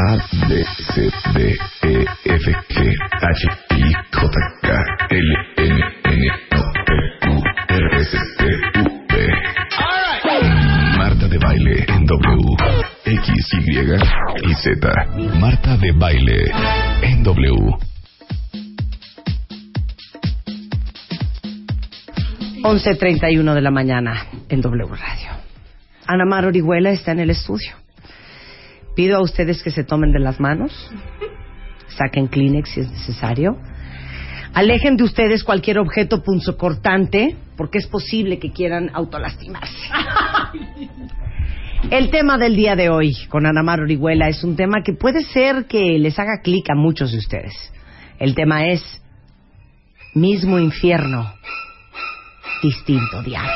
A, B, C, D, E, F, G, H, I, J, K, L, M, N, O, P, Q, R, S, T, U, V. Marta de Baile en W, X, Y y Z. Marta de Baile en W. 11:31 de la mañana en W Radio. Ana Mar Orihuela está en el estudio. Pido a ustedes que se tomen de las manos, saquen Kleenex si es necesario, alejen de ustedes cualquier objeto punzocortante, porque es posible que quieran autolastimarse. El tema del día de hoy con Ana Mar Orihuela es un tema que puede ser que les haga clic a muchos de ustedes. El tema es mismo infierno, distinto diablo.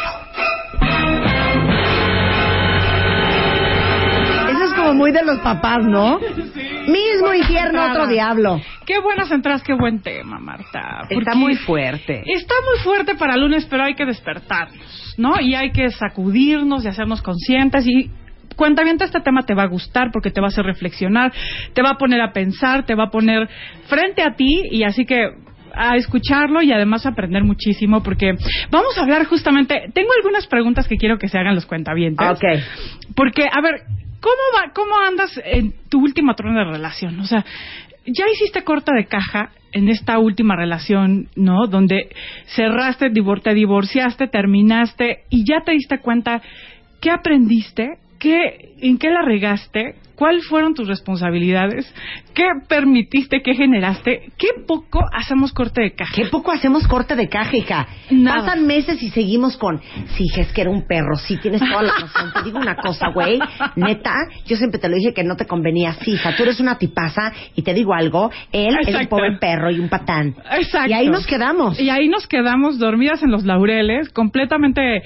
Eso es como muy de los papás, ¿no? Sí. Mismo infierno, otro diablo. Qué buenas entradas, qué buen tema, Marta. Está muy fuerte. Está muy fuerte para lunes, pero hay que despertarnos, ¿no? Y hay que sacudirnos y hacernos conscientes. Y cuentaviente, este tema te va a gustar porque te va a hacer reflexionar, te va a poner a pensar, te va a poner frente a ti, y así que a escucharlo y además aprender muchísimo, porque vamos a hablar justamente. Tengo algunas preguntas que quiero que se hagan los cuentavientes. Okay. Porque, a ver, ¿cómo andas en tu última ronda de relación? O sea, ya hiciste corta de caja en esta última relación, ¿no? Donde cerraste, te divorciaste, terminaste y ya te diste cuenta. ¿Qué aprendiste? ¿En qué la regaste? ¿Cuáles fueron tus responsabilidades? ¿Qué permitiste? ¿Qué generaste? ¿Qué poco hacemos corte de caja? ¿Qué poco hacemos corte de caja, hija? Nada. Pasan meses y seguimos con... Sí, hija, es que era un perro. Sí, tienes toda la razón. Te digo una cosa, güey. Neta, yo siempre te lo dije que no te convenía. Sí, hija, tú eres una tipaza y te digo algo. Él es un pobre perro y un patán. Exacto. Y ahí nos quedamos. Y ahí nos quedamos dormidas en los laureles, completamente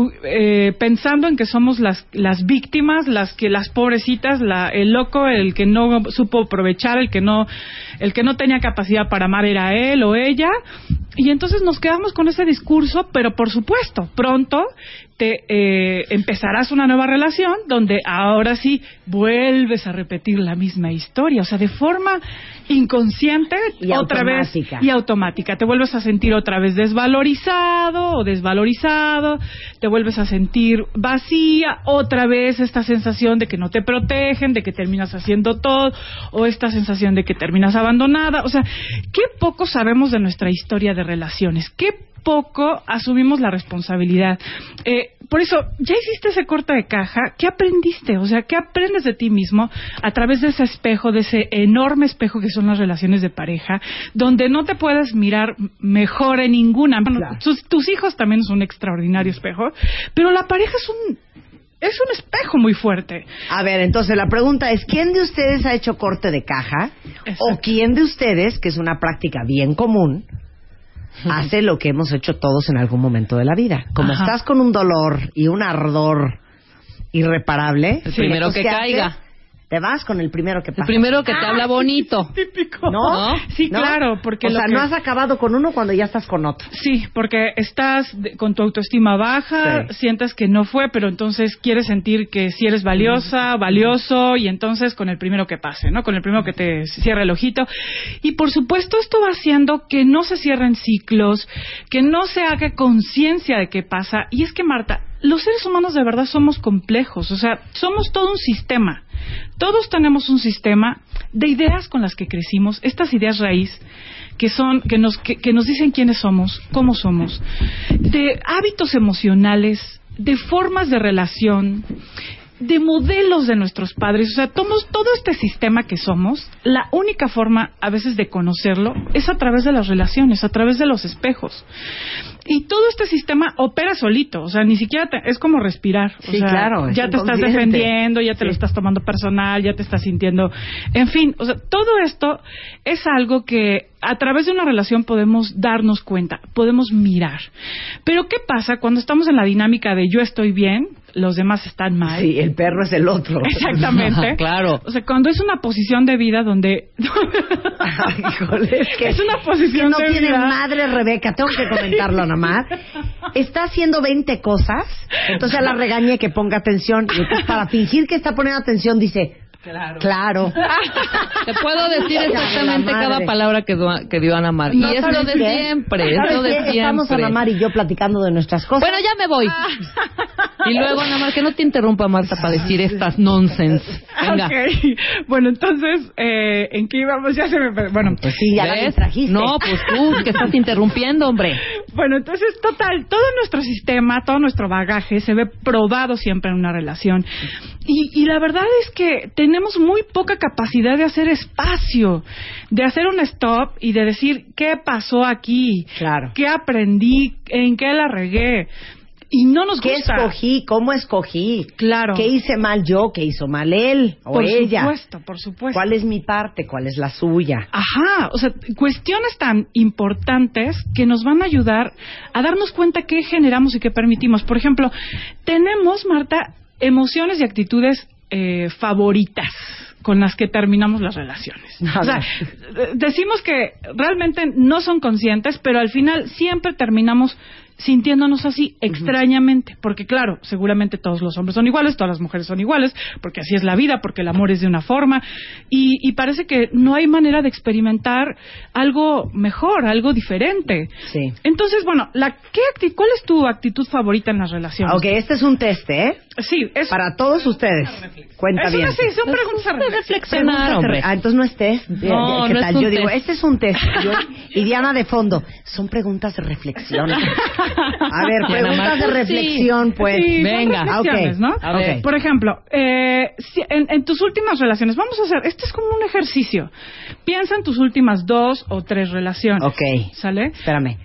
pensando en que somos las víctimas, las pobrecitas, el loco, el que no supo aprovechar, el que no tenía capacidad para amar era él o ella. Y entonces nos quedamos con ese discurso, pero por supuesto, pronto empezarás una nueva relación donde ahora sí vuelves a repetir la misma historia, o sea, de forma inconsciente y otra vez y automática. Te vuelves a sentir otra vez desvalorizado o desvalorizado, te vuelves a sentir vacía, otra vez esta sensación de que no te protegen, de que terminas haciendo todo, o esta sensación de que terminas abandonada. O sea, qué poco sabemos de nuestra historia de relaciones, qué poco asumimos la responsabilidad. Por eso, ya hiciste ese corte de caja. ¿Qué aprendiste? O sea, ¿qué aprendes de ti mismo a través de ese espejo, de ese enorme espejo que son las relaciones de pareja, donde no te puedes mirar mejor en ninguna? Claro. Tus hijos también es un extraordinario espejo, pero la pareja es un espejo muy fuerte. A ver, entonces la pregunta es, ¿quién de ustedes ha hecho corte de caja? Exacto. ¿O quién de ustedes, que es una práctica bien común, hace lo que hemos hecho todos en algún momento de la vida? Como estás con un dolor y un ardor irreparable, el primero que caiga. Te vas con el primero que pasa. El primero que te habla bonito. Típico. ¿No? Sí, ¿no? Claro. Porque no has acabado con uno cuando ya estás con otro. Sí, porque estás con tu autoestima baja, sientes que no fue, pero entonces quieres sentir que sí eres valiosa, valioso, y entonces con el primero que pase, ¿no? Con el primero que te cierre el ojito. Y por supuesto esto va haciendo que no se cierren ciclos, que no se haga conciencia de qué pasa. Y es que, Marta, los seres humanos de verdad somos complejos, o sea, somos todo un sistema. Todos tenemos un sistema de ideas con las que crecimos, estas ideas raíz que nos dicen quiénes somos, cómo somos, de hábitos emocionales, de formas de relación, de modelos de nuestros padres. O sea, todo este sistema que somos, la única forma a veces de conocerlo es a través de las relaciones, a través de los espejos. Y todo este sistema opera solito, o sea, ni siquiera es como respirar. O sea, claro. Ya te estás defendiendo, ya te lo estás tomando personal, ya te estás sintiendo... En fin, o sea, todo esto es algo que a través de una relación podemos darnos cuenta, podemos mirar. Pero ¿qué pasa cuando estamos en la dinámica de yo estoy bien, los demás están mal? Sí, el perro es el otro. Exactamente. Claro. O sea, cuando es una posición de vida donde... Ay, híjole, es una posición que no de tiene vida. Madre Rebeca, tengo que comentarlo nomás. Está haciendo 20 cosas, entonces a la regañe que ponga atención, y entonces para fingir que está poniendo atención dice... Claro. Te puedo decir exactamente cada palabra que dio Ana Mar. No, y es lo de siempre, es lo de siempre. Estamos Ana Mar y yo platicando de nuestras cosas. Bueno, ya me voy. Y luego, Ana Mar, que no te interrumpa, Marta, para decir estas nonsense. Venga. Okay. Bueno, entonces, ¿en qué íbamos? Ya se me... Bueno, pues sí, ya la trajiste. No, pues tú, que estás interrumpiendo, hombre. Bueno, entonces, total, todo nuestro sistema, todo nuestro bagaje se ve probado siempre en una relación. Y la verdad es que tenemos muy poca capacidad de hacer espacio, de hacer un stop y de decir, ¿qué pasó aquí? Claro. ¿Qué aprendí? ¿En qué la regué? Y no nos gusta. ¿Qué escogí? ¿Cómo escogí? Claro. ¿Qué hice mal yo? ¿Qué hizo mal él o ella? Por supuesto. ¿Cuál es mi parte? ¿Cuál es la suya? Ajá, o sea, cuestiones tan importantes que nos van a ayudar a darnos cuenta qué generamos y qué permitimos. Por ejemplo, tenemos, Marta, emociones y actitudes favoritas con las que terminamos las relaciones. O sea, decimos que realmente no son conscientes, pero al final siempre terminamos sintiéndonos así extrañamente, porque claro, seguramente todos los hombres son iguales, todas las mujeres son iguales, porque así es la vida, porque el amor es de una forma, y parece que no hay manera de experimentar algo mejor, algo diferente. Sí. Entonces, bueno, ¿cuál es tu actitud favorita en las relaciones? Ok, este es un test, ¿eh? Sí, es para todos ustedes. Cuenta bien. Sí, son preguntas a reflexionar, hombre. Entonces no es test. No, ¿Qué no tal? es un Yo digo, test. este es un test. Y Diana de fondo, son preguntas de reflexión. A ver, preguntas de reflexión, pues. Sí, venga. son reflexiones, ¿no? A ver. Por ejemplo, en tus últimas relaciones, vamos a hacer, este es como un ejercicio. Piensa en tus últimas 2 o 3 relaciones. Ok. ¿Sale? Espérame.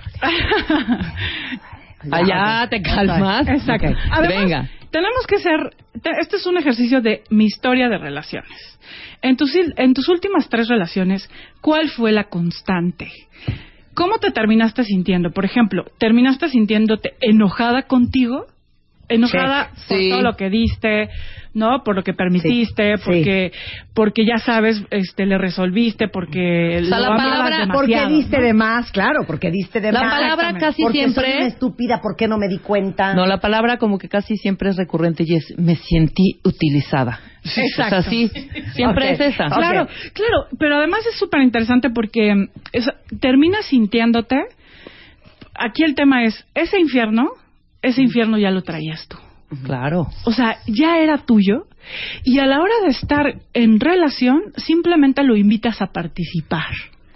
Allá te calmas. Exacto. Okay. Además, venga. Tenemos que este es un ejercicio de mi historia de relaciones. En tus últimas 3 relaciones, ¿cuál fue la constante? ¿Cómo te terminaste sintiendo? Por ejemplo, ¿terminaste sintiéndote enojada contigo? Enojada por todo lo que diste, ¿no? Por lo que permitiste, porque ya sabes, le resolviste, porque o sea, lo la amabas palabra, demasiado, porque diste ¿no? de más, claro, porque diste de La más. palabra casi porque siempre soy una estúpida, ¿por qué no me di cuenta? No, la palabra como que casi siempre es recurrente y es me sentí utilizada. Exacto. O sea, sí, siempre es esa. Claro, claro, pero además es súper interesante porque terminas sintiéndote, aquí el tema es, ese infierno ya lo traías tú. Claro. O sea, ya era tuyo y a la hora de estar en relación simplemente lo invitas a participar.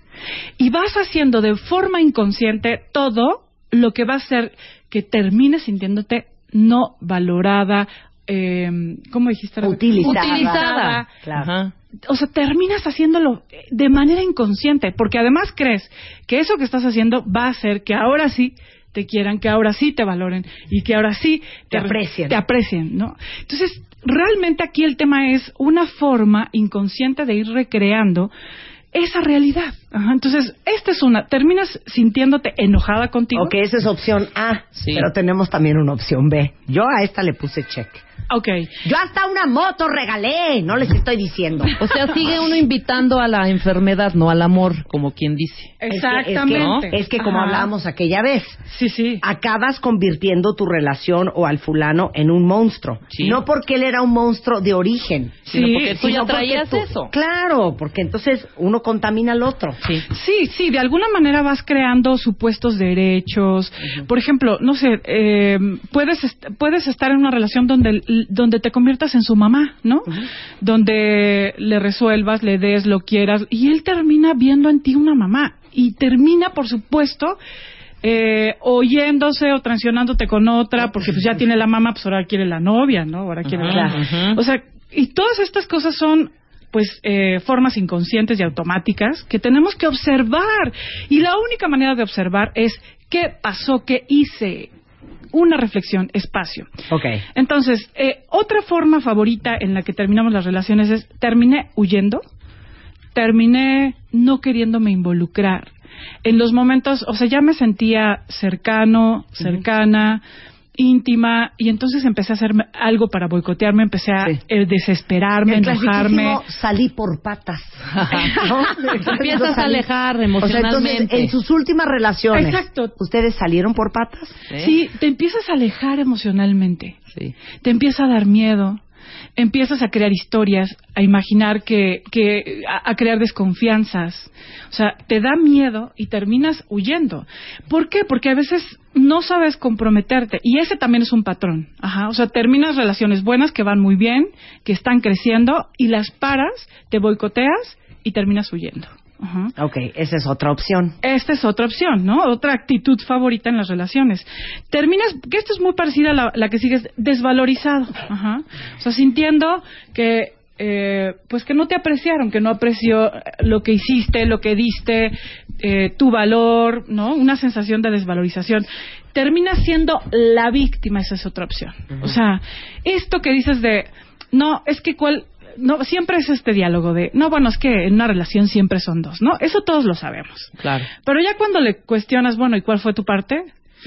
Y vas haciendo de forma inconsciente todo lo que va a hacer que termines sintiéndote no valorada, ¿cómo dijiste? Utilizada. Claro. Ajá. O sea, terminas haciéndolo de manera inconsciente, porque además crees que eso que estás haciendo va a hacer que ahora sí te quieran, que ahora sí te valoren y que ahora sí te aprecien, ¿no? Entonces, realmente aquí el tema es una forma inconsciente de ir recreando esa realidad. Ajá. Entonces, terminas sintiéndote enojada contigo. Ok, esa es opción A, pero tenemos también una opción B. Yo a esta le puse check. Ok. Yo hasta una moto regalé, no les estoy diciendo. O sea, sigue uno invitando a la enfermedad, no al amor, como quien dice. Exactamente. Es que como hablábamos aquella vez, sí, acabas convirtiendo tu relación o al fulano en un monstruo. Sí. No porque él era un monstruo de origen, sino porque tú ya sino porque traías eso. Claro, porque entonces uno contamina al otro. Sí, de alguna manera vas creando supuestos derechos. Uh-huh. Por ejemplo, no sé, puedes estar en una relación donde te conviertas en su mamá, ¿no? Uh-huh. Donde le resuelvas, le des, lo quieras, y él termina viendo en ti una mamá. Y termina, por supuesto, oyéndose o traicionándote con otra, porque pues ya tiene la mamá, pues ahora quiere la novia, ¿no? Ahora quiere O sea, y todas estas cosas son pues formas inconscientes y automáticas que tenemos que observar. Y la única manera de observar es qué pasó, qué hice. Una reflexión, espacio. Okay. Entonces, otra forma favorita en la que terminamos las relaciones es terminé huyendo, terminé no queriéndome involucrar. En los momentos, o sea, ya me sentía cercana, íntima, y entonces empecé a hacer algo para boicotearme, empecé a desesperarme, enojarme. Salí por patas. ¿No? Empiezas a alejar emocionalmente. O sea, entonces, en sus últimas relaciones, exacto, ¿ustedes salieron por patas? Sí, te empiezas a alejar emocionalmente. Sí. Te empieza a dar miedo. empiezas a crear historias, a imaginar a crear desconfianzas. O sea, te da miedo y terminas huyendo. ¿Por qué? Porque a veces no sabes comprometerte. Y ese también es un patrón. O sea, terminas relaciones buenas que van muy bien, que están creciendo, y las paras, te boicoteas y terminas huyendo. Ok, esa es otra opción. Esta es otra opción, ¿no? Otra actitud favorita en las relaciones. Terminas, que esto es muy parecida a la que sigues, desvalorizado. O sea, sintiendo que pues que no te apreciaron, que no apreció lo que hiciste, lo que diste, tu valor, ¿no? Una sensación de desvalorización. Terminas siendo la víctima, esa es otra opción. O sea, esto que dices de, no, es que no, siempre es este diálogo de, no, bueno, es que en una relación siempre son dos, ¿no? Eso todos lo sabemos. Claro. Pero ya cuando le cuestionas, bueno, ¿y cuál fue tu parte?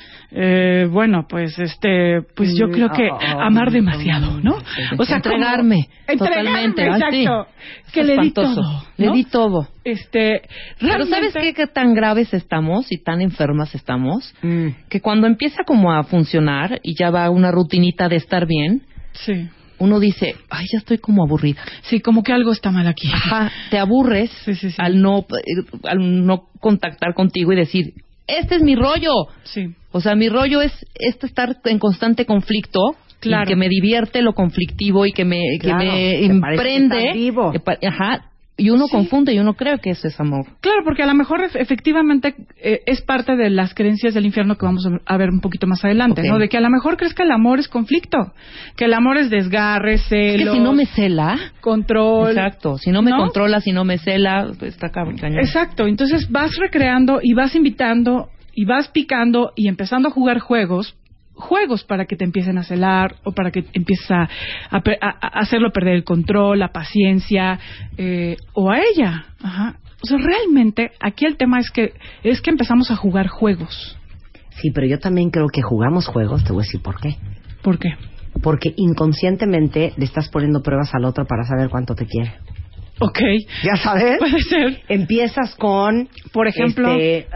Bueno, pues pues yo creo que amar demasiado, ¿no? O sea, entregarme totalmente, exacto, que le di todo, ¿no? Le di todo. Pero ¿sabes qué tan graves estamos y tan enfermas estamos? Que cuando empieza como a funcionar y ya va una rutinita de estar bien, sí, uno dice, ay, ya estoy como aburrida. Sí, como que algo está mal aquí. Te aburres sí. al no contactar contigo y decir, este es mi rollo. Sí. O sea, mi rollo es estar en constante conflicto. Claro. Y que me divierte lo conflictivo y que me emprende. Vivo. Y uno confunde y uno cree que eso es amor. Claro, porque a lo mejor efectivamente es parte de las creencias del infierno que vamos a ver un poquito más adelante, ¿no? De que a lo mejor crees que el amor es conflicto, que el amor es desgarre, celos. Es que si no me cela, control. Exacto, si no me controla, si no me cela, pues está cañón. Exacto, entonces vas recreando y vas invitando y vas picando y empezando a jugar juegos para que te empiecen a celar o para que empieces a hacerlo perder el control, la paciencia, o a ella. O sea, realmente aquí el tema es que empezamos a jugar juegos. Sí, pero yo también creo que jugamos juegos, te voy a decir por qué. ¿Por qué? Porque inconscientemente le estás poniendo pruebas al otro para saber cuánto te quiere. Ok. ¿Ya sabes? Puede ser. Empiezas con... Por ejemplo...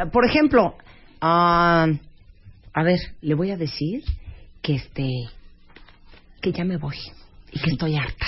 a ver, le voy a decir que ya me voy y que estoy harta.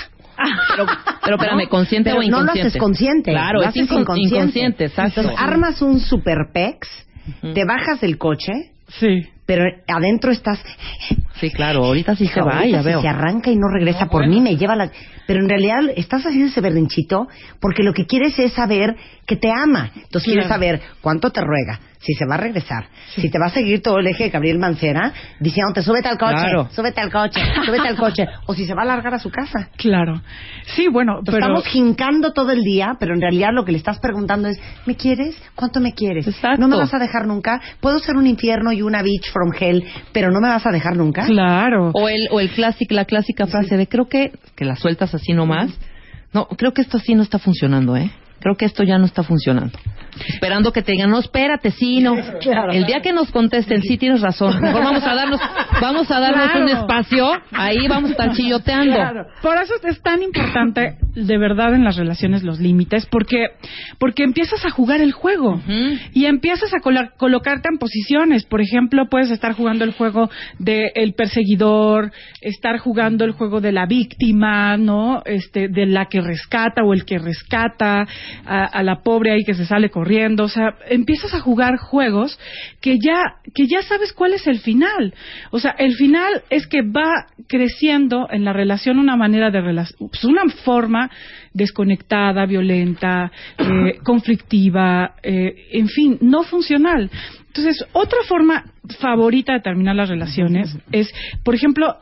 Pero espérame, ¿consciente o inconsciente? No lo haces consciente. Claro, lo es haces inconsciente, exacto. Entonces, armas un super pex, te bajas del coche, sí, pero adentro estás... Sí, claro, ahorita sí se va, ya veo. Se arranca y no regresa por mí, me lleva Pero en realidad estás haciendo ese berrinchito porque lo que quieres es saber que te ama. Entonces quieres saber cuánto te ruega, si se va a regresar, si te va a seguir todo el eje de Gabriel Mancera diciéndote súbete al coche, súbete al coche, o si se va a largar a su casa. Claro. Sí, bueno, pero... Estamos jincando todo el día, pero en realidad lo que le estás preguntando es, ¿me quieres? ¿Cuánto me quieres? Exacto. ¿No me vas a dejar nunca? ¿Puedo ser un infierno y una bitch from hell, pero no me vas a dejar nunca? Claro. O la clásica frase de creo que la sueltas así nomás. No, creo que esto así no está funcionando, Creo que esto ya no está funcionando. Esperando que te digan, no, espérate, sí, no. Claro. El día que nos contesten, sí, tienes razón. Mejor vamos a darnos un espacio, ahí vamos a estar chilloteando. Claro. Por eso es tan importante, de verdad, en las relaciones los límites, porque empiezas a jugar el juego y empiezas a colocarte en posiciones. Por ejemplo, puedes estar jugando el juego del perseguidor, estar jugando el juego de la víctima, ¿no? De la que rescata o el que rescata a la pobre ahí que se sale corriendo. O sea, empiezas a jugar juegos que ya sabes cuál es el final. O sea, el final es que va creciendo en la relación una manera de pues una forma desconectada, violenta, conflictiva, en fin, no funcional. Entonces, otra forma favorita de terminar las relaciones es, por ejemplo,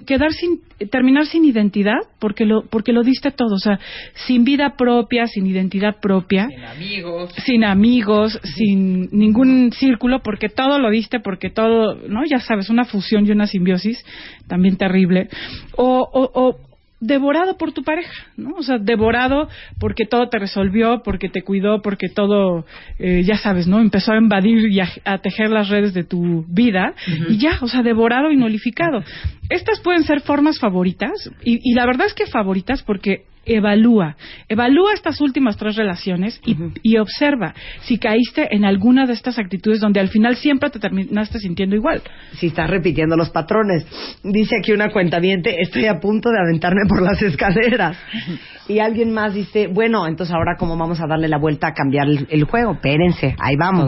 terminar sin identidad, porque lo diste todo, o sea, sin vida propia, sin identidad propia, sin amigos, sin ningún círculo, porque todo lo diste, porque todo, ¿no? Ya sabes, una fusión y una simbiosis también terrible, o devorado por tu pareja, ¿no? O sea, devorado porque todo te resolvió, porque te cuidó, porque todo, ya sabes, ¿no? Empezó a invadir y a tejer las redes de tu vida, y ya, o sea, devorado y nulificado. Estas pueden ser formas favoritas, y la verdad es que favoritas porque evalúa estas últimas 3 relaciones y observa si caíste en alguna de estas actitudes donde al final siempre te terminaste sintiendo igual. Si estás repitiendo los patrones. Dice aquí una cuentaviente, estoy a punto de aventarme por las escaleras. Y alguien más dice, bueno, entonces ahora cómo vamos a darle la vuelta a cambiar el juego. Espérense, ahí vamos.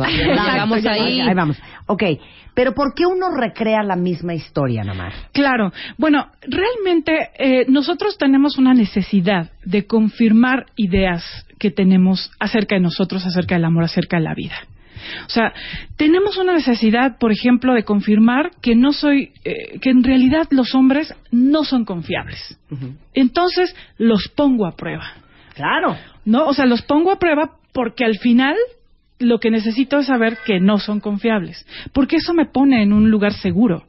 Ahí vamos. Ok, pero ¿por qué uno recrea la misma historia, Namar? Claro, bueno, realmente nosotros tenemos una necesidad de confirmar ideas que tenemos acerca de nosotros, acerca del amor, acerca de la vida. O sea, tenemos una necesidad, por ejemplo, de confirmar que que en realidad los hombres no son confiables. Entonces los pongo a prueba. Claro. No, o sea, los pongo a prueba porque al final lo que necesito es saber que no son confiables, porque eso me pone en un lugar seguro.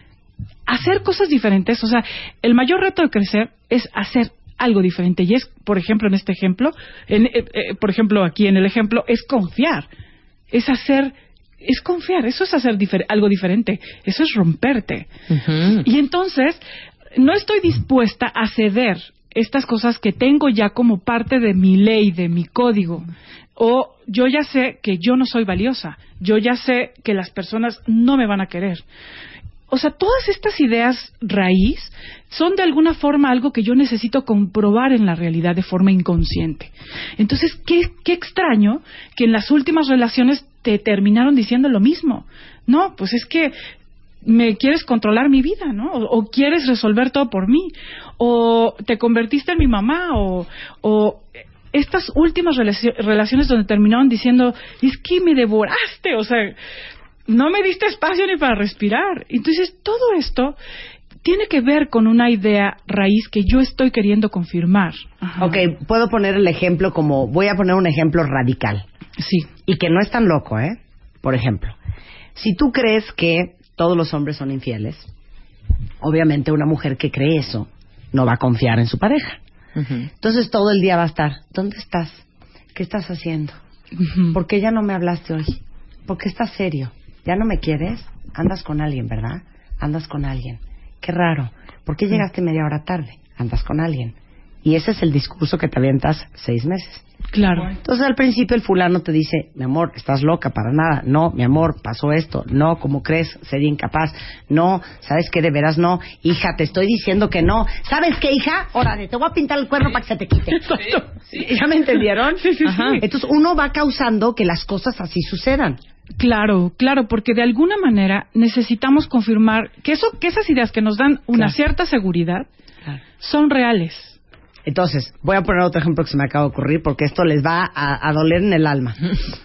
Hacer cosas diferentes, o sea, el mayor reto de crecer es hacer algo diferente, y es, por ejemplo, en este ejemplo, por ejemplo, aquí en el ejemplo, es confiar, es confiar, eso es hacer algo diferente, eso es romperte. Y entonces, no estoy dispuesta a ceder estas cosas que tengo ya como parte de mi ley, de mi código. O yo ya sé que yo no soy valiosa, yo ya sé que las personas no me van a querer. O sea, todas estas ideas raíz son de alguna forma algo que yo necesito comprobar en la realidad de forma inconsciente. Entonces, qué extraño que en las últimas relaciones te terminaron diciendo lo mismo. No, pues es que me quieres controlar mi vida, ¿no? O quieres resolver todo por mí, o te convertiste en mi mamá, o estas últimas relaciones donde terminaron diciendo, es que me devoraste, o sea, no me diste espacio ni para respirar. Entonces, todo esto tiene que ver con una idea raíz que yo estoy queriendo confirmar. Ajá. Ok, puedo poner el ejemplo voy a poner un ejemplo radical. Sí. Y que no es tan loco, ¿eh? Por ejemplo, si tú crees que todos los hombres son infieles, obviamente una mujer que cree eso no va a confiar en su pareja. Entonces todo el día va a estar, ¿dónde estás? ¿Qué estás haciendo? ¿Por qué ya no me hablaste hoy? ¿Por qué estás serio? ¿Ya no me quieres? Andas con alguien, ¿verdad? Andas con alguien. Qué raro. ¿Por qué llegaste media hora tarde? Andas con alguien. Y ese es el discurso que te avientas 6 meses. Claro. Entonces al principio el fulano te dice, mi amor, estás loca, para nada. No, mi amor, pasó esto. No, ¿cómo crees? Sería incapaz. No, ¿sabes qué? De veras no. Hija, te estoy diciendo que no. ¿Sabes qué, hija? Órale, te voy a pintar el cuerno para que se te quite. Sí. ¿Ya me entendieron? Sí. Entonces uno va causando que las cosas así sucedan. Claro, porque de alguna manera necesitamos confirmar que esas ideas que nos dan una cierta seguridad son reales. Entonces, voy a poner otro ejemplo que se me acaba de ocurrir porque esto les va a doler en el alma.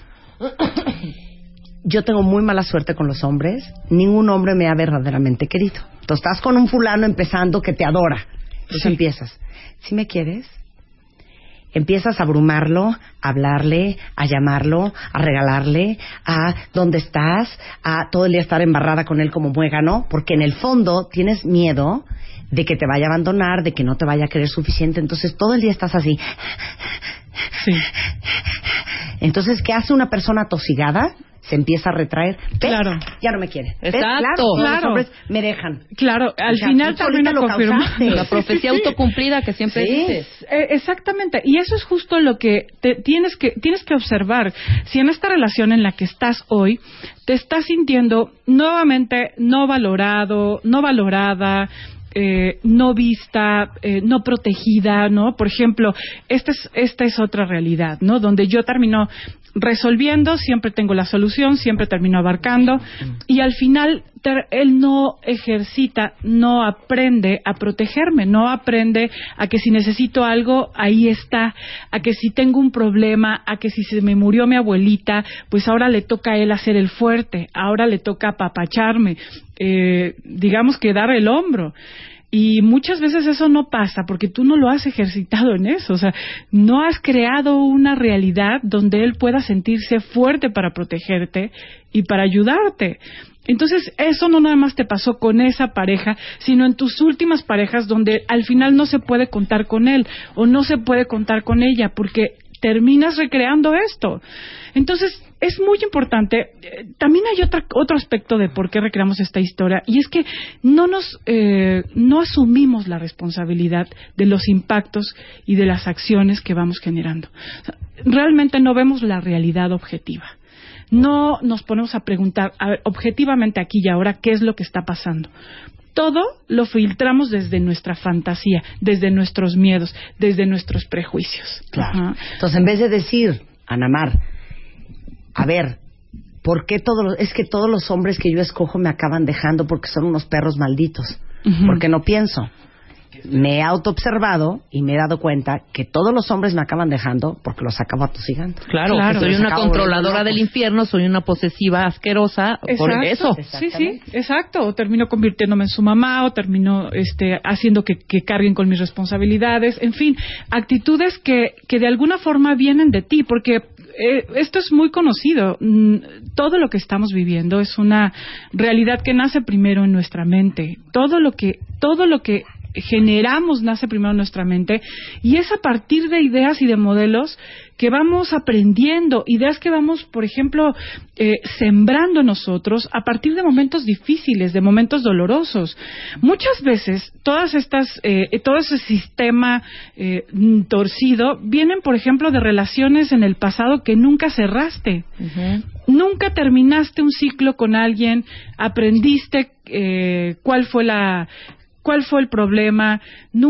Yo tengo muy mala suerte con los hombres. Ningún hombre me ha verdaderamente querido. Entonces, estás con un fulano empezando que te adora. Entonces empiezas, ¿sí me quieres? Empiezas a abrumarlo, a hablarle, a llamarlo, a regalarle, a ¿dónde estás? A todo el día estar embarrada con él como muégano, porque en el fondo tienes miedo de que te vaya a abandonar, de que no te vaya a querer suficiente. Entonces todo el día estás así. Sí. Entonces, ¿qué hace una persona atosigada? Se empieza a retraer. ¿Ves? Claro. Ya no me quiere. Exacto. Los hombres me dejan. Claro, al final termina confirmando. La profecía autocumplida que siempre dices. Exactamente. Y eso es justo lo que tienes que observar. Si en esta relación en la que estás hoy te estás sintiendo nuevamente no valorado, no valorada, no vista, no protegida, ¿no? Por ejemplo, esta es otra realidad, ¿no? Donde yo termino resolviendo, siempre tengo la solución, siempre termino abarcando, y al final él no ejercita, no aprende a protegerme, no aprende a que si necesito algo, ahí está, a que si tengo un problema, a que si se me murió mi abuelita, pues ahora le toca a él hacer el fuerte, ahora le toca apapacharme, digamos que dar el hombro. Y muchas veces eso no pasa porque tú no lo has ejercitado en eso, o sea, no has creado una realidad donde él pueda sentirse fuerte para protegerte y para ayudarte. Entonces, eso no nada más te pasó con esa pareja, sino en tus últimas parejas donde al final no se puede contar con él o no se puede contar con ella porque terminas recreando esto. Entonces, es muy importante. También hay otro aspecto de por qué recreamos esta historia, y es que no asumimos la responsabilidad de los impactos y de las acciones que vamos generando. Realmente no vemos la realidad objetiva. No nos ponemos a preguntar, a ver, objetivamente aquí y ahora, ¿qué es lo que está pasando? Todo lo filtramos desde nuestra fantasía, desde nuestros miedos, desde nuestros prejuicios. Claro. Ajá. Entonces, en vez de decir, Ana Mar, a ver, ¿por qué es que todos los hombres que yo escojo me acaban dejando porque son unos perros malditos? Porque no pienso. Me he autoobservado y me he dado cuenta que todos los hombres me acaban dejando porque los acabo atosigando. Claro, soy una controladora del infierno, soy una posesiva asquerosa. Exacto, por eso. Sí, exacto. O termino convirtiéndome en su mamá, o termino haciendo que carguen con mis responsabilidades. En fin, actitudes que de alguna forma vienen de ti, porque esto es muy conocido. Todo lo que estamos viviendo es una realidad que nace primero en nuestra mente. Todo lo que generamos nace primero en nuestra mente, y es a partir de ideas y de modelos que vamos aprendiendo, ideas que vamos, por ejemplo, sembrando en nosotros a partir de momentos difíciles, de momentos dolorosos. Muchas veces todo ese sistema torcido vienen, por ejemplo, de relaciones en el pasado que nunca cerraste. Nunca terminaste un ciclo con alguien, aprendiste cuál fue el problema,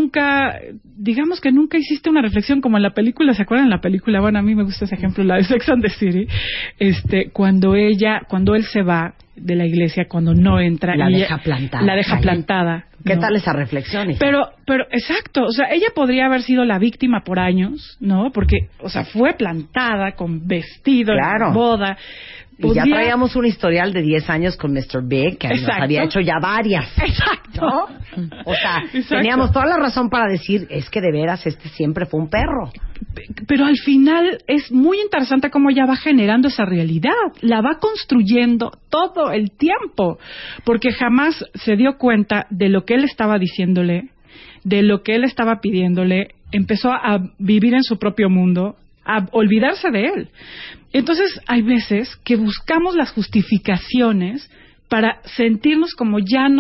digamos que nunca hiciste una reflexión como en la película. ¿Se acuerdan de la película? Bueno, a mí me gusta ese ejemplo, la de Sex and the City, cuando él se va de la iglesia, cuando no entra, la deja plantada. ¿Qué tal esa reflexión, hija? Pero exacto, o sea, ella podría haber sido la víctima por años, ¿no? Porque, o sea, fue plantada con vestido, claro, boda. Y ya traíamos un historial de 10 años con Mr. Big, que nos había hecho ya varias. Exacto. ¿No? O sea, teníamos toda la razón para decir, es que de veras siempre fue un perro. Pero al final es muy interesante cómo ella va generando esa realidad, la va construyendo todo el tiempo, porque jamás se dio cuenta de lo que él estaba diciéndole, de lo que él estaba pidiéndole, empezó a vivir en su propio mundo, a olvidarse de él. Entonces hay veces que buscamos las justificaciones para sentirnos como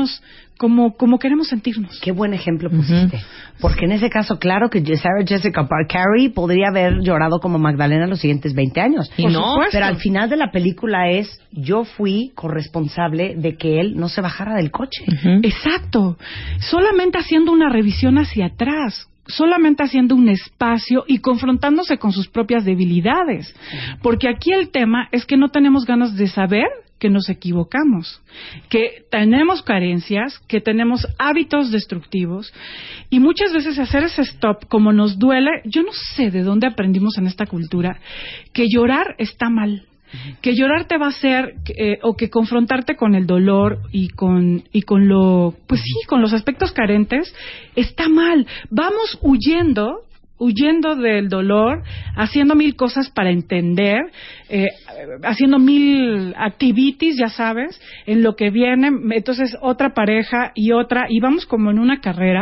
como queremos sentirnos. Qué buen ejemplo pusiste. Porque en ese caso, claro que Sarah Jessica Carey podría haber llorado como Magdalena los siguientes 20 años. Y no, pero al final de la película yo fui corresponsable de que él no se bajara del coche. Exacto. Solamente haciendo una revisión hacia atrás, solamente haciendo un espacio y confrontándose con sus propias debilidades. Porque aquí el tema es que no tenemos ganas de saber que nos equivocamos, que tenemos carencias, que tenemos hábitos destructivos, y muchas veces hacer ese stop, como nos duele. Yo no sé de dónde aprendimos en esta cultura que llorar está mal, que llorar te va a hacer o que confrontarte con el dolor y con los aspectos carentes está mal. Vamos huyendo del dolor, haciendo 1000 cosas para entender, haciendo 1000 activities, ya sabes, en lo que viene. Entonces otra pareja y vamos como en una carrera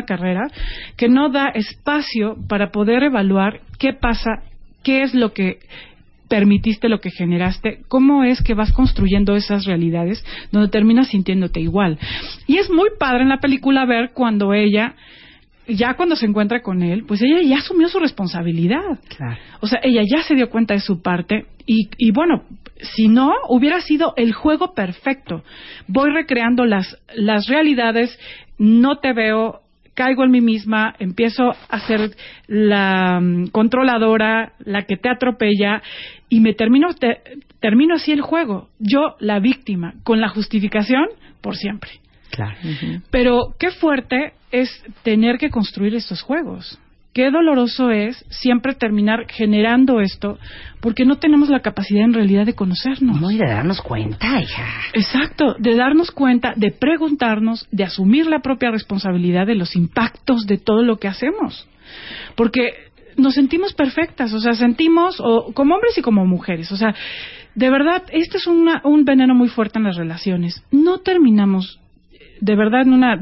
que no da espacio para poder evaluar qué pasa, qué es lo que permitiste, lo que generaste, cómo es que vas construyendo esas realidades donde terminas sintiéndote igual. Y es muy padre en la película ver cuando cuando se encuentra con él, pues ella ya asumió su responsabilidad. Claro. O sea, ella ya se dio cuenta de su parte y bueno, si no, hubiera sido el juego perfecto. Voy recreando las realidades, no te veo, caigo en mí misma, empiezo a ser la controladora, la que te atropella, y me termino así el juego. Yo, la víctima, con la justificación por siempre. Claro. Pero qué fuerte es tener que construir estos juegos. Qué doloroso es siempre terminar generando esto, porque no tenemos la capacidad en realidad de conocernos. No, y de darnos cuenta, hija. Exacto, de darnos cuenta, de preguntarnos, de asumir la propia responsabilidad de los impactos de todo lo que hacemos. Porque nos sentimos perfectas, o sea, como hombres y como mujeres, o sea, de verdad, este es un veneno muy fuerte en las relaciones. No terminamos, de verdad, en una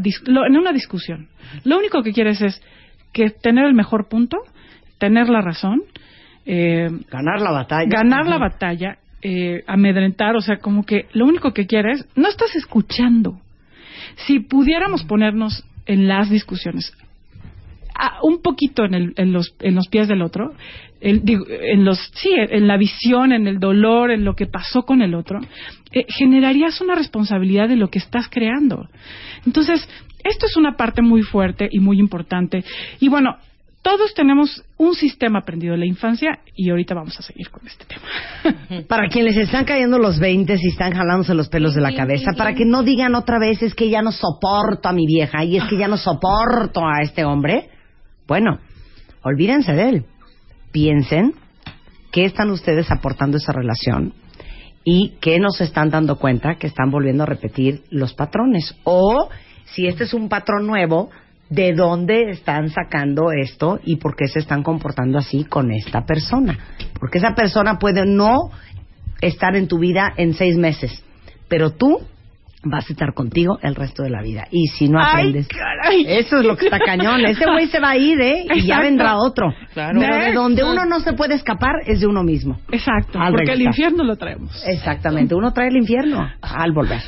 discusión. Lo único que quieres es que tener el mejor punto, tener la razón, ganar la batalla, amedrentar, o sea, como que lo único que quieres, no estás escuchando. Si pudiéramos ponernos en las discusiones un poquito en los pies del otro, en la visión, en el dolor, en lo que pasó con el otro, generarías una responsabilidad de lo que estás creando. Entonces, esto es una parte muy fuerte y muy importante. Y bueno, todos tenemos un sistema aprendido en la infancia y ahorita vamos a seguir con este tema. Para quienes están cayendo los 20 y están jalándose los pelos de la cabeza, para que no digan otra vez, es que ya no soporto a mi vieja y es que ya no soporto a este hombre. Bueno, olvídense de él. Piensen qué están ustedes aportando a esa relación y qué no se están dando cuenta que están volviendo a repetir los patrones. O, si este es un patrón nuevo, ¿de dónde están sacando esto y por qué se están comportando así con esta persona? Porque esa persona puede no estar en tu vida en 6 meses, pero tú vas a estar contigo el resto de la vida. Y si no aprendes... ¡Ay, caray! Eso es lo que está cañón. Ese güey se va a ir, ¿eh? Y ya vendrá otro. Claro. Pero de donde uno no se puede escapar es de uno mismo. Exacto, Al porque regresar. el infierno lo traemos. Exactamente. Uno trae el infierno al volver.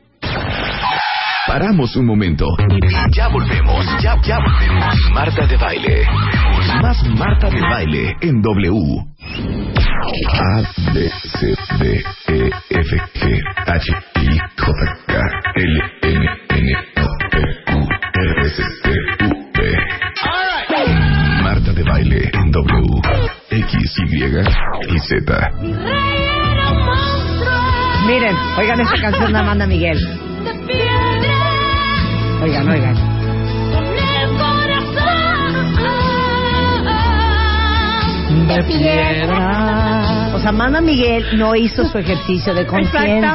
Paramos un momento y ya volvemos. Ya volvemos. Marta de Baile. Más Marta de Baile en W. A, B, C, D, E, F, G, H, I, J, K, L, M, N, O, P, Q, R, S, T, U, V. Marta de Baile en W. X, Y y Z. Miren, oigan esta canción de Amanda Miguel. Oigan. De piedra. O sea, Amanda Miguel no hizo su ejercicio de conciencia.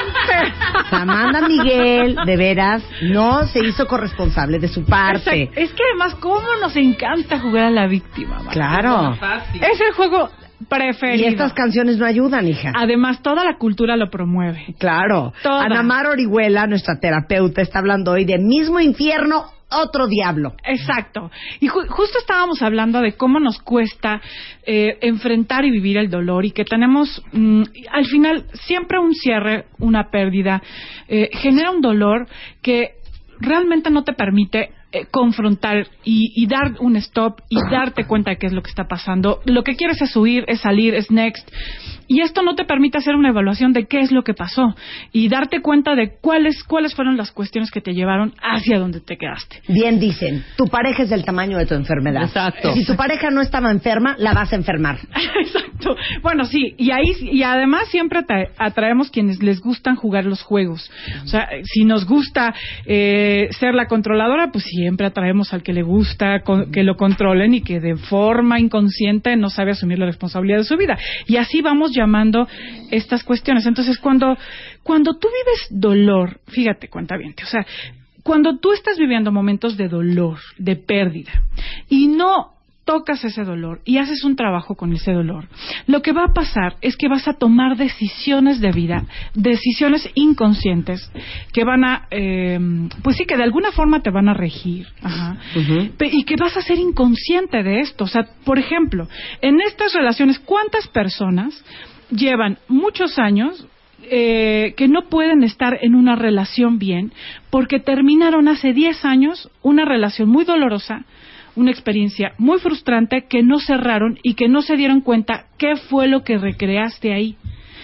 O sea, Amanda Miguel, de veras, no se hizo corresponsable de su parte. Exacto. Es que además, ¿cómo nos encanta jugar a la víctima? Marta? Claro. Es el juego preferido. Y estas canciones no ayudan, hija. Además, toda la cultura lo promueve. Claro. Toda. Ana Mar Orihuela, nuestra terapeuta, está hablando hoy de mismo infierno, otro diablo. Exacto. Y justo estábamos hablando de cómo nos cuesta enfrentar y vivir el dolor y que tenemos, al final, siempre un cierre, una pérdida, genera un dolor que realmente no te permite confrontar y dar un stop y darte cuenta de qué es lo que está pasando. Lo que quieres es huir, es salir, es next. Y esto no te permite hacer una evaluación de qué es lo que pasó y darte cuenta de cuáles fueron las cuestiones que te llevaron hacia donde te quedaste. Bien dicen, tu pareja es del tamaño de tu enfermedad. Exacto. Si tu pareja no estaba enferma, la vas a enfermar. Exacto. Bueno, sí, y además siempre atraemos quienes les gustan jugar los juegos. O sea, si nos gusta ser la controladora, pues siempre atraemos al que le gusta que lo controlen y que de forma inconsciente no sabe asumir la responsabilidad de su vida. Y así vamos llamando estas cuestiones. Entonces, cuando tú vives dolor, fíjate, cuentaviente, o sea, cuando tú estás viviendo momentos de dolor, de pérdida, y no tocas ese dolor y haces un trabajo con ese dolor, lo que va a pasar es que vas a tomar decisiones de vida, decisiones inconscientes que van a, pues sí, que de alguna forma te van a regir. Ajá. Uh-huh. Y que vas a ser inconsciente de esto. O sea, por ejemplo, en estas relaciones, ¿cuántas personas llevan muchos años que no pueden estar en una relación bien porque terminaron hace 10 años una relación muy dolorosa, una experiencia muy frustrante que no cerraron y que no se dieron cuenta qué fue lo que recreaste ahí?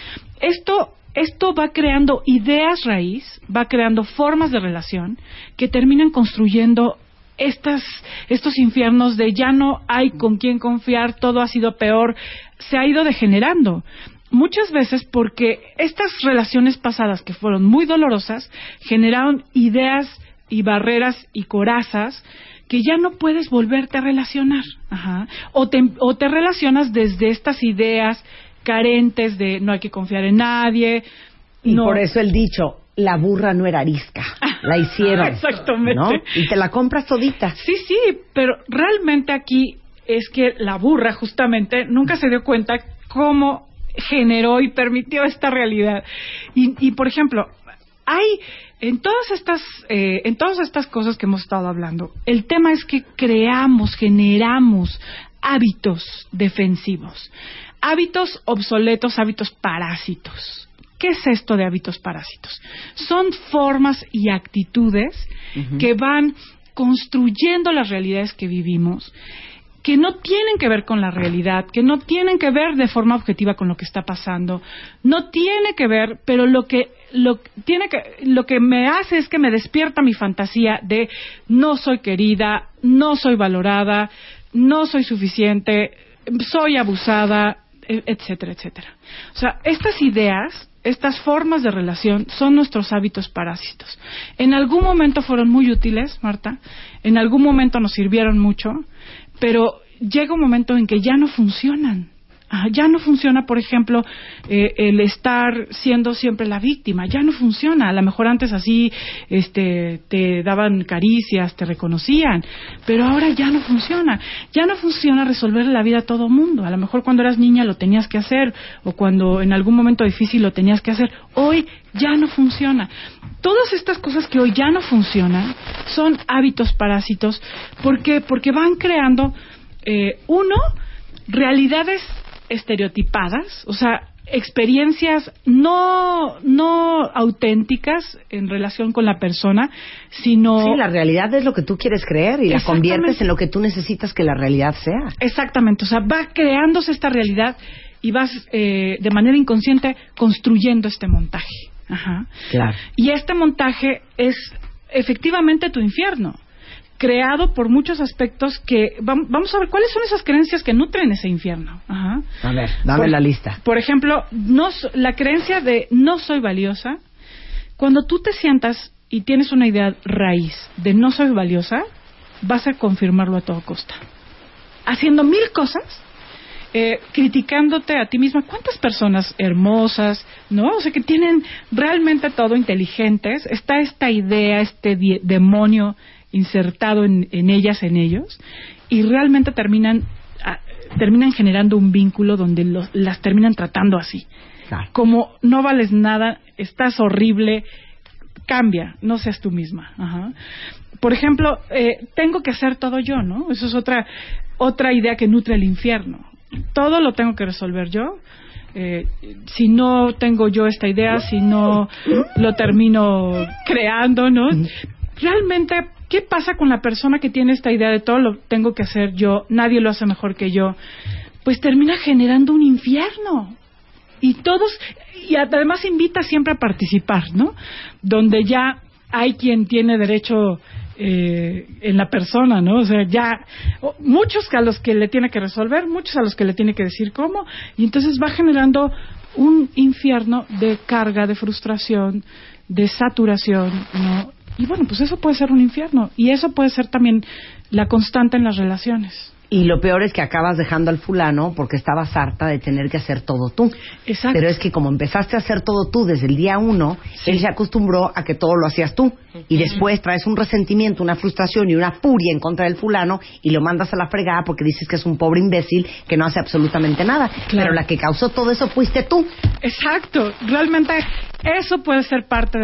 Esto va creando ideas raíz, va creando formas de relación que terminan construyendo estos infiernos de ya no hay con quién confiar, todo ha sido peor, se ha ido degenerando. Muchas veces porque estas relaciones pasadas que fueron muy dolorosas generaron ideas y barreras y corazas que ya no puedes volverte a relacionar. Ajá. O te relacionas desde estas ideas carentes de no hay que confiar en nadie. Y no. por eso el dicho, la burra no era arisca, la hicieron. Exactamente. ¿No? Y te la compras todita. Sí, pero realmente aquí es que la burra justamente nunca se dio cuenta cómo generó y permitió esta realidad. Y por ejemplo, hay en todas estas cosas que hemos estado hablando, el tema es que generamos hábitos defensivos, hábitos obsoletos, hábitos parásitos. ¿Qué es esto de hábitos parásitos? Son formas y actitudes que van construyendo las realidades que vivimos, que no tienen que ver con la realidad, que no tienen que ver de forma objetiva con lo que está pasando, no tiene que ver, pero lo que me hace es que me despierta mi fantasía de no soy querida, no soy valorada, no soy suficiente, soy abusada, etcétera, etcétera. O sea, estas ideas, estas formas de relación son nuestros hábitos parásitos. En algún momento fueron muy útiles, Marta, en algún momento nos sirvieron mucho, pero llega un momento en que ya no funcionan. Ya no funciona, por ejemplo, el estar siendo siempre la víctima. Ya no funciona. A lo mejor antes así te daban caricias, te reconocían, pero ahora ya no funciona. Ya no funciona resolver la vida a todo mundo. A lo mejor cuando eras niña lo tenías que hacer, o cuando en algún momento difícil lo tenías que hacer. Hoy ya no funciona. Todas estas cosas que hoy ya no funcionan son hábitos parásitos. ¿Por qué? Porque van creando, realidades estereotipadas, o sea, experiencias no auténticas en relación con la persona, sino... Sí, la realidad es lo que tú quieres creer y la conviertes en lo que tú necesitas que la realidad sea. Exactamente, o sea, va creándose esta realidad y vas de manera inconsciente construyendo este montaje. Ajá. Claro. Y este montaje es efectivamente tu infierno, creado por muchos aspectos que... Vamos a ver, ¿cuáles son esas creencias que nutren ese infierno? Ajá. A ver, dame la lista. Por ejemplo, la creencia de no soy valiosa. Cuando tú te sientas y tienes una idea raíz de no soy valiosa, vas a confirmarlo a toda costa. Haciendo 1000 cosas, criticándote a ti misma. ¿Cuántas personas hermosas, no? O sea, que tienen realmente todo, inteligentes. Está esta idea, este demonio insertado en ellas, en ellos, y realmente terminan generando un vínculo donde las terminan tratando así. Claro. Como no vales nada, estás horrible, cambia, no seas tú misma. Ajá. Por ejemplo, tengo que hacer todo yo, ¿no? Eso es otra idea que nutre el infierno. Todo lo tengo que resolver yo. Si no tengo yo esta idea, si no lo termino creando, ¿no? Realmente, ¿qué pasa con la persona que tiene esta idea de todo lo tengo que hacer yo, nadie lo hace mejor que yo? Pues termina generando un infierno. Y además invita siempre a participar, ¿no? Donde ya hay quien tiene derecho en la persona, ¿no? O sea, ya muchos a los que le tiene que resolver, muchos a los que le tiene que decir cómo, y entonces va generando un infierno de carga, de frustración, de saturación, ¿no? Y bueno, pues eso puede ser un infierno. Y eso puede ser también la constante en las relaciones. Y lo peor es que acabas dejando al fulano porque estabas harta de tener que hacer todo tú. Exacto. Pero es que como empezaste a hacer todo tú desde el día 1, él se acostumbró a que todo lo hacías tú. Y después traes un resentimiento, una frustración y una furia en contra del fulano y lo mandas a la fregada porque dices que es un pobre imbécil que no hace absolutamente nada. Claro. Pero la que causó todo eso fuiste tú. Exacto. Realmente eso puede ser parte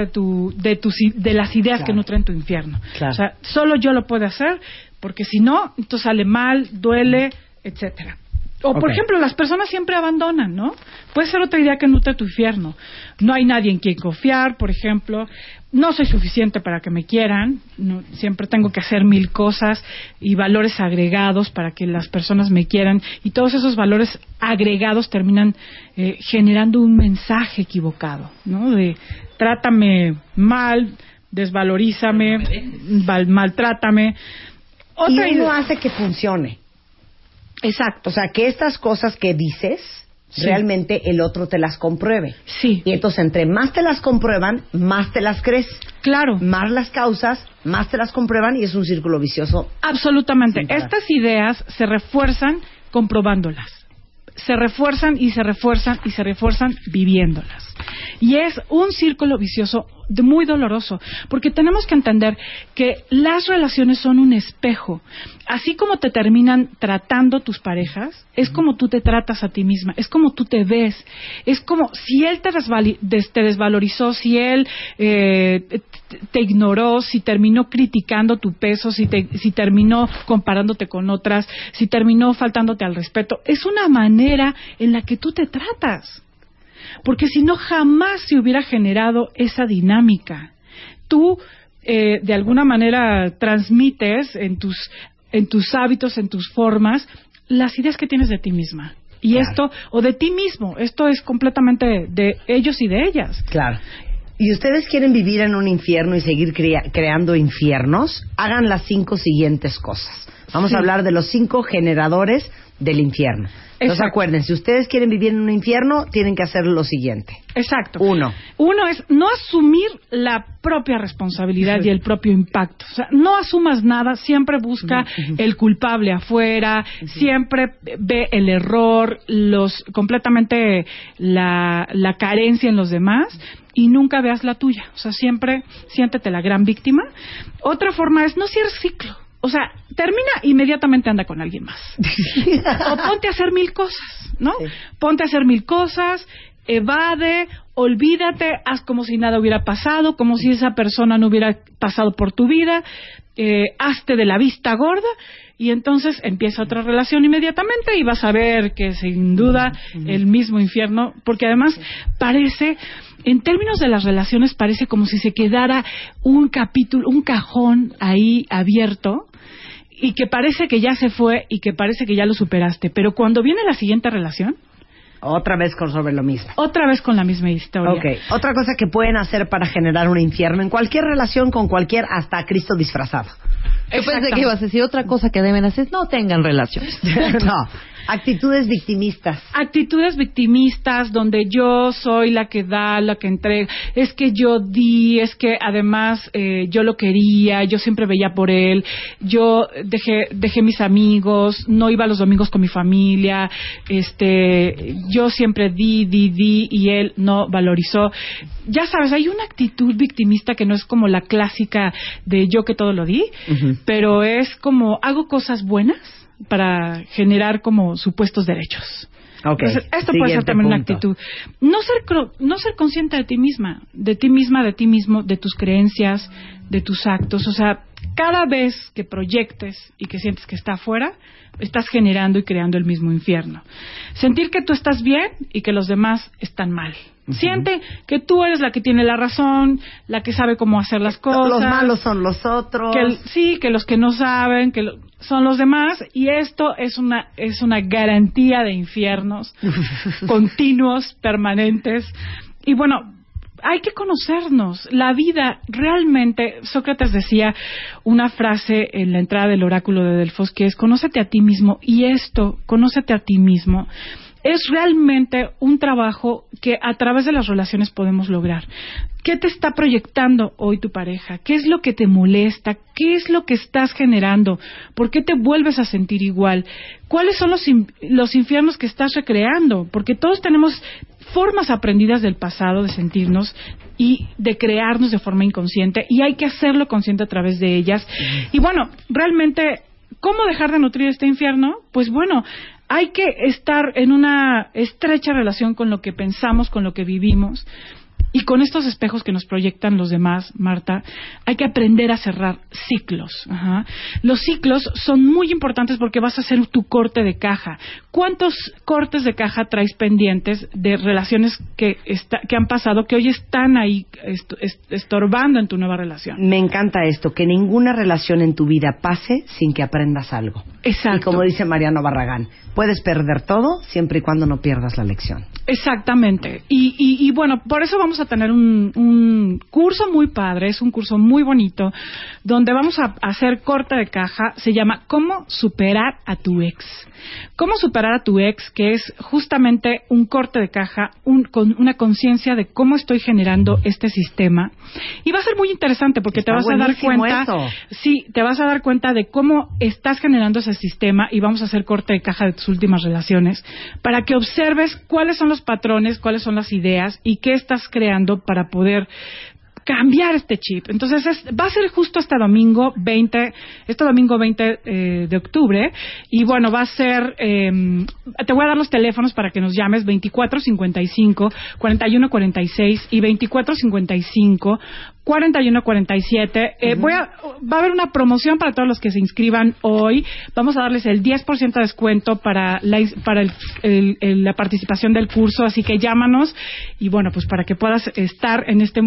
de las ideas que nutren tu infierno. Claro. O sea, solo yo lo puedo hacer, porque si no, entonces sale mal, duele, etcétera. O, por ejemplo, las personas siempre abandonan, ¿no? Puede ser otra idea que nutre tu infierno. No hay nadie en quien confiar, por ejemplo. No soy suficiente para que me quieran. No, siempre tengo que hacer 1000 cosas y valores agregados para que las personas me quieran. Y todos esos valores agregados terminan generando un mensaje equivocado, ¿no? De trátame mal, desvalorízame, maltrátame. Y uno hace que funcione. Exacto. O sea, que estas cosas que dices, realmente el otro te las compruebe. Sí. Y entonces, entre más te las comprueban, más te las crees. Claro. Más las causas, más te las comprueban y es un círculo vicioso. Absolutamente. Estas ideas se refuerzan comprobándolas. Se refuerzan y se refuerzan y se refuerzan viviéndolas. Y es un círculo vicioso muy doloroso, porque tenemos que entender que las relaciones son un espejo. Así como te terminan tratando tus parejas, es como tú te tratas a ti misma, es como tú te ves, es como si él te desvalorizó, si él te ignoró, si terminó criticando tu peso, si terminó comparándote con otras, si terminó faltándote al respeto. Es una manera en la que tú te tratas, porque si no, jamás se hubiera generado esa dinámica. Tú de alguna manera transmites en tus hábitos, en tus formas, las ideas que tienes de ti misma. Y claro. Esto, o de ti mismo, esto es completamente de ellos y de ellas. Claro. ¿Y ustedes quieren vivir en un infierno y seguir creando infiernos? Hagan las 5 siguientes cosas. Vamos a hablar de los 5 generadores del infierno. Entonces acuérdense, si ustedes quieren vivir en un infierno, tienen que hacer lo siguiente. Exacto. 1 es no asumir la propia responsabilidad y el propio impacto. O sea, no asumas nada, siempre busca el culpable afuera, siempre ve el error, completamente la carencia en los demás, y nunca veas la tuya. O sea, siempre siéntete la gran víctima. Otra forma es no cierres ciclo. O sea, termina, inmediatamente anda con alguien más. O ponte a hacer 1000 cosas, ¿no? Sí. Ponte a hacer 1000 cosas, evade, olvídate, haz como si nada hubiera pasado, como si esa persona no hubiera pasado por tu vida, hazte de la vista gorda, y entonces empieza otra relación inmediatamente y vas a ver que sin duda el mismo infierno, porque además parece, en términos de las relaciones, parece como si se quedara un capítulo, un cajón ahí abierto, y que parece que ya se fue y que parece que ya lo superaste, pero cuando viene la siguiente relación, otra vez sobre lo mismo. Otra vez con la misma historia. Okay. Otra cosa que pueden hacer para generar un infierno en cualquier relación con cualquier, hasta Cristo disfrazado. Yo pensé que ibas a decir otra cosa que deben hacer, no tengan relaciones. No. Actitudes victimistas. Actitudes victimistas donde yo soy la que da, la que entrega. Es que yo di, es que además yo lo quería, yo siempre veía por él, yo dejé mis amigos, no iba los domingos con mi familia, yo siempre di y él no valorizó. Ya sabes, hay una actitud victimista que no es como la clásica de yo que todo lo di, pero es como hago cosas buenas para generar como supuestos derechos. Okay. Entonces, esto puede ser también una actitud. No ser consciente de ti misma, de ti mismo, de tus creencias, de tus actos. O sea, cada vez que proyectes y que sientes que está afuera, estás generando y creando el mismo infierno. Sentir que tú estás bien y que los demás están mal. Siente que tú eres la que tiene la razón, la que sabe cómo hacer las cosas. Los malos son los otros. Que los que no saben, son los demás. Y esto es una garantía de infiernos continuos, permanentes. Y bueno, hay que conocernos. La vida realmente, Sócrates decía una frase en la entrada del oráculo de Delfos que es conócete a ti mismo, y conócete a ti mismo, es realmente un trabajo que a través de las relaciones podemos lograr. ¿Qué te está proyectando hoy tu pareja? ¿Qué es lo que te molesta? ¿Qué es lo que estás generando? ¿Por qué te vuelves a sentir igual? ¿Cuáles son los infiernos que estás recreando? Porque todos tenemos formas aprendidas del pasado de sentirnos y de crearnos de forma inconsciente, y hay que hacerlo consciente a través de ellas. Y bueno, realmente, ¿cómo dejar de nutrir este infierno? Pues bueno, hay que estar en una estrecha relación con lo que pensamos, con lo que vivimos, y con estos espejos que nos proyectan los demás, Marta, hay que aprender a cerrar ciclos. Ajá. Los ciclos son muy importantes porque vas a hacer tu corte de caja. ¿Cuántos cortes de caja traes pendientes de relaciones que han pasado, que hoy están ahí estorbando en tu nueva relación? Me encanta esto, que ninguna relación en tu vida pase sin que aprendas algo. Exacto. Y como dice Mariano Barragán, puedes perder todo siempre y cuando no pierdas la lección. Exactamente. Y bueno, por eso vamos a tener un curso muy padre, es un curso muy bonito, donde vamos a hacer corte de caja. Se llama ¿Cómo superar a tu ex? ¿Cómo superar a tu ex? Que es justamente un corte de caja, con una conciencia de cómo estoy generando este sistema. Y va a ser muy interesante porque te vas a dar cuenta, te vas a dar cuenta de cómo estás generando ese sistema, y vamos a hacer corte de caja de tus últimas relaciones para que observes cuáles son los patrones, cuáles son las ideas y qué estás creando para poder cambiar este chip. Entonces va a ser justo este domingo 20 de octubre, y bueno, va a ser, te voy a dar los teléfonos para que nos llames, 2455-4146 y 2455-4147. Va a haber una promoción para todos los que se inscriban hoy. Vamos a darles el 10% de descuento para la participación del curso, así que llámanos, y bueno, pues para que puedas estar en este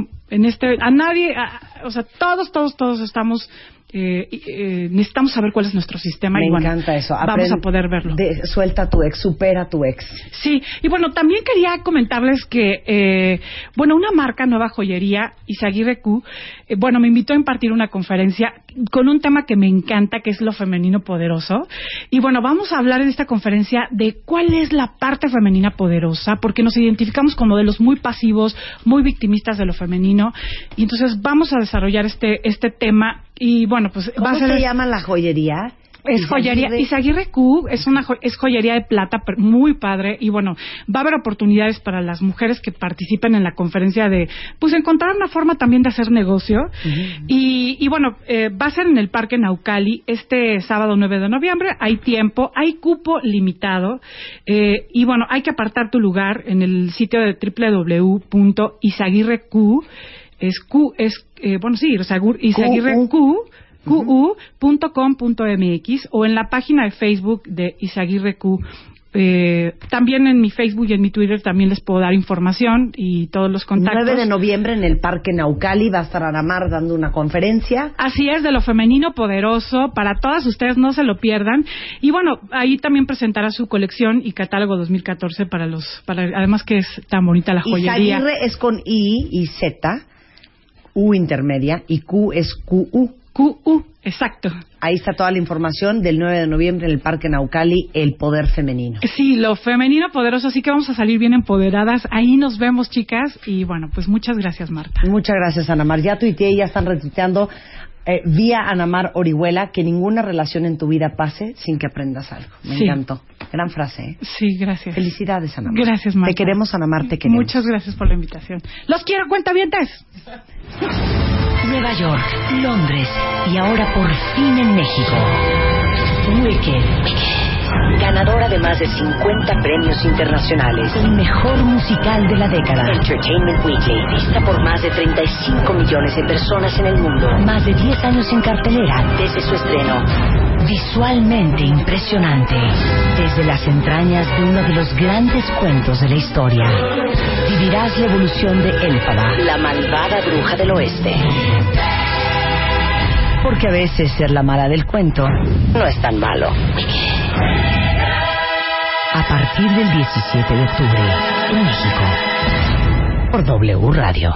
o sea, todos estamos necesitamos saber cuál es nuestro sistema. Me y bueno, encanta eso. Vamos a poder verlo. Suelta a tu ex, supera a tu ex. Sí, y bueno, también quería comentarles que, una marca, Nueva Joyería, Izaguirre Q, me invitó a impartir una conferencia con un tema que me encanta, que es lo femenino poderoso. Y bueno, vamos a hablar en esta conferencia de cuál es la parte femenina poderosa, porque nos identificamos con modelos muy pasivos, muy victimistas de lo femenino. Y entonces vamos a desarrollar este tema. Y bueno, pues ¿cómo se llama la joyería? Es joyería Izaguirre Q, es joyería de plata muy padre, y bueno, va a haber oportunidades para las mujeres que participen en la conferencia de pues encontrar una forma también de hacer negocio. Y bueno, va a ser en el Parque Naucali este sábado 9 de noviembre. Hay tiempo, hay cupo limitado, y bueno, hay que apartar tu lugar en el sitio de www.izaguirreq izaguirreq.com.mx o en la página de Facebook de Izaguirre Q. También en mi Facebook y en mi Twitter también les puedo dar información y todos los contactos. 9 de noviembre en el Parque Naucali va a estar Ana Mar dando una conferencia. Así es, de lo femenino poderoso, para todas ustedes, no se lo pierdan. Y bueno, ahí también presentará su colección y catálogo 2014 además que es tan bonita la joyería. Izaguirre es con I y Z, U intermedia, y Q es QU. QU, exacto. Ahí está toda la información del 9 de noviembre en el Parque Naucali, el poder femenino. Sí, lo femenino poderoso, así que vamos a salir bien empoderadas. Ahí nos vemos, chicas. Y bueno, pues muchas gracias, Marta. Muchas gracias, Ana Mar. Ya tuiteé y ya están retuiteando vía Ana Mar Orihuela, que ninguna relación en tu vida pase sin que aprendas algo. Me encantó. Gran frase, ¿eh? Sí, gracias. Felicidades, Ana Mar. Gracias, Marta. Te queremos, Ana Mar, te queremos. Muchas gracias por la invitación. ¡Los quiero, cuentavientes! Nueva York, Londres y ahora por fin en México. Wicked. Ganadora de más de 50 premios internacionales. El mejor musical de la década. Entertainment Weekly. Vista por más de 35 millones de personas en el mundo. Más de 10 años en cartelera desde su estreno. Visualmente impresionante. Desde las entrañas de uno de los grandes cuentos de la historia. Vivirás la evolución de Elphaba, la malvada bruja del oeste. Porque a veces ser la mala del cuento no es tan malo. A partir del 17 de octubre, en México, por W Radio.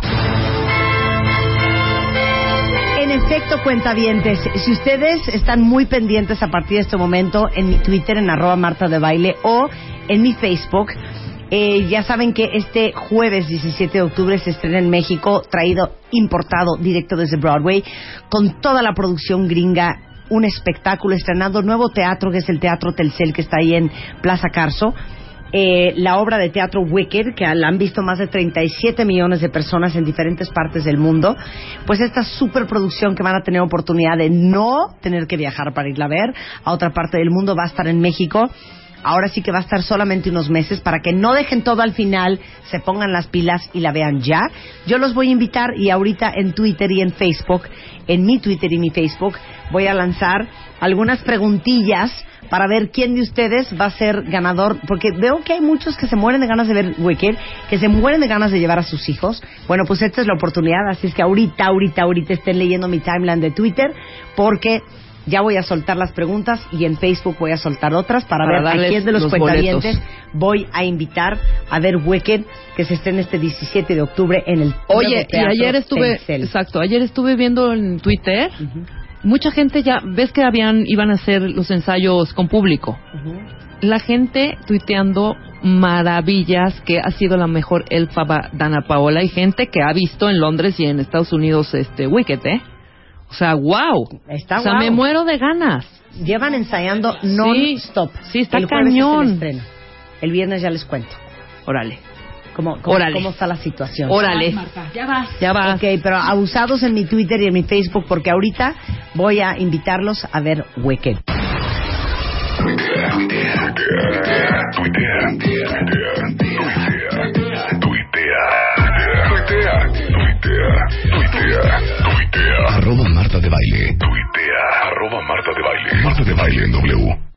En efecto, cuentavientes, si ustedes están muy pendientes a partir de este momento en mi Twitter, en @MartaDeBaile, o en mi Facebook, ya saben que este jueves 17 de octubre se estrena en México, importado directo desde Broadway, con toda la producción gringa, un espectáculo, estrenando nuevo teatro, que es el Teatro Telcel, que está ahí en Plaza Carso. La obra de teatro Wicked, que la han visto más de 37 millones de personas en diferentes partes del mundo. Pues esta superproducción, que van a tener oportunidad de no tener que viajar para irla a ver a otra parte del mundo, va a estar en México. Ahora sí que va a estar solamente unos meses, para que no dejen todo al final, se pongan las pilas y la vean ya. Yo los voy a invitar, y ahorita en Twitter y en Facebook, en mi Twitter y mi Facebook, voy a lanzar algunas preguntillas para ver quién de ustedes va a ser ganador, porque veo que hay muchos que se mueren de ganas de ver Wicked, que se mueren de ganas de llevar a sus hijos. Bueno, pues esta es la oportunidad, así es que ahorita estén leyendo mi timeline de Twitter, porque ya voy a soltar las preguntas, y en Facebook voy a soltar otras para ver a quién de los cuentavientes voy a invitar a ver Wicked, que se estrena este 17 de octubre en el Oye, y ayer Telcel. estuve viendo en Twitter, mucha gente ya, ves que iban a hacer los ensayos con público. La gente tuiteando maravillas, que ha sido la mejor Elphaba Dana Paola, y gente que ha visto en Londres y en Estados Unidos Wicked, O sea, wow. Me muero de ganas. Llevan ensayando non-stop. Sí, está el jueves cañón. es el estreno. El viernes ya les cuento. Órale. ¿Cómo está la situación? Órale. Ya vas. Ok, pero abusados en mi Twitter y en mi Facebook, porque ahorita voy a invitarlos a ver Wicked. Tuitea. @Marta de Baile. Tuitea. @Marta de Baile. Marta de Baile en W.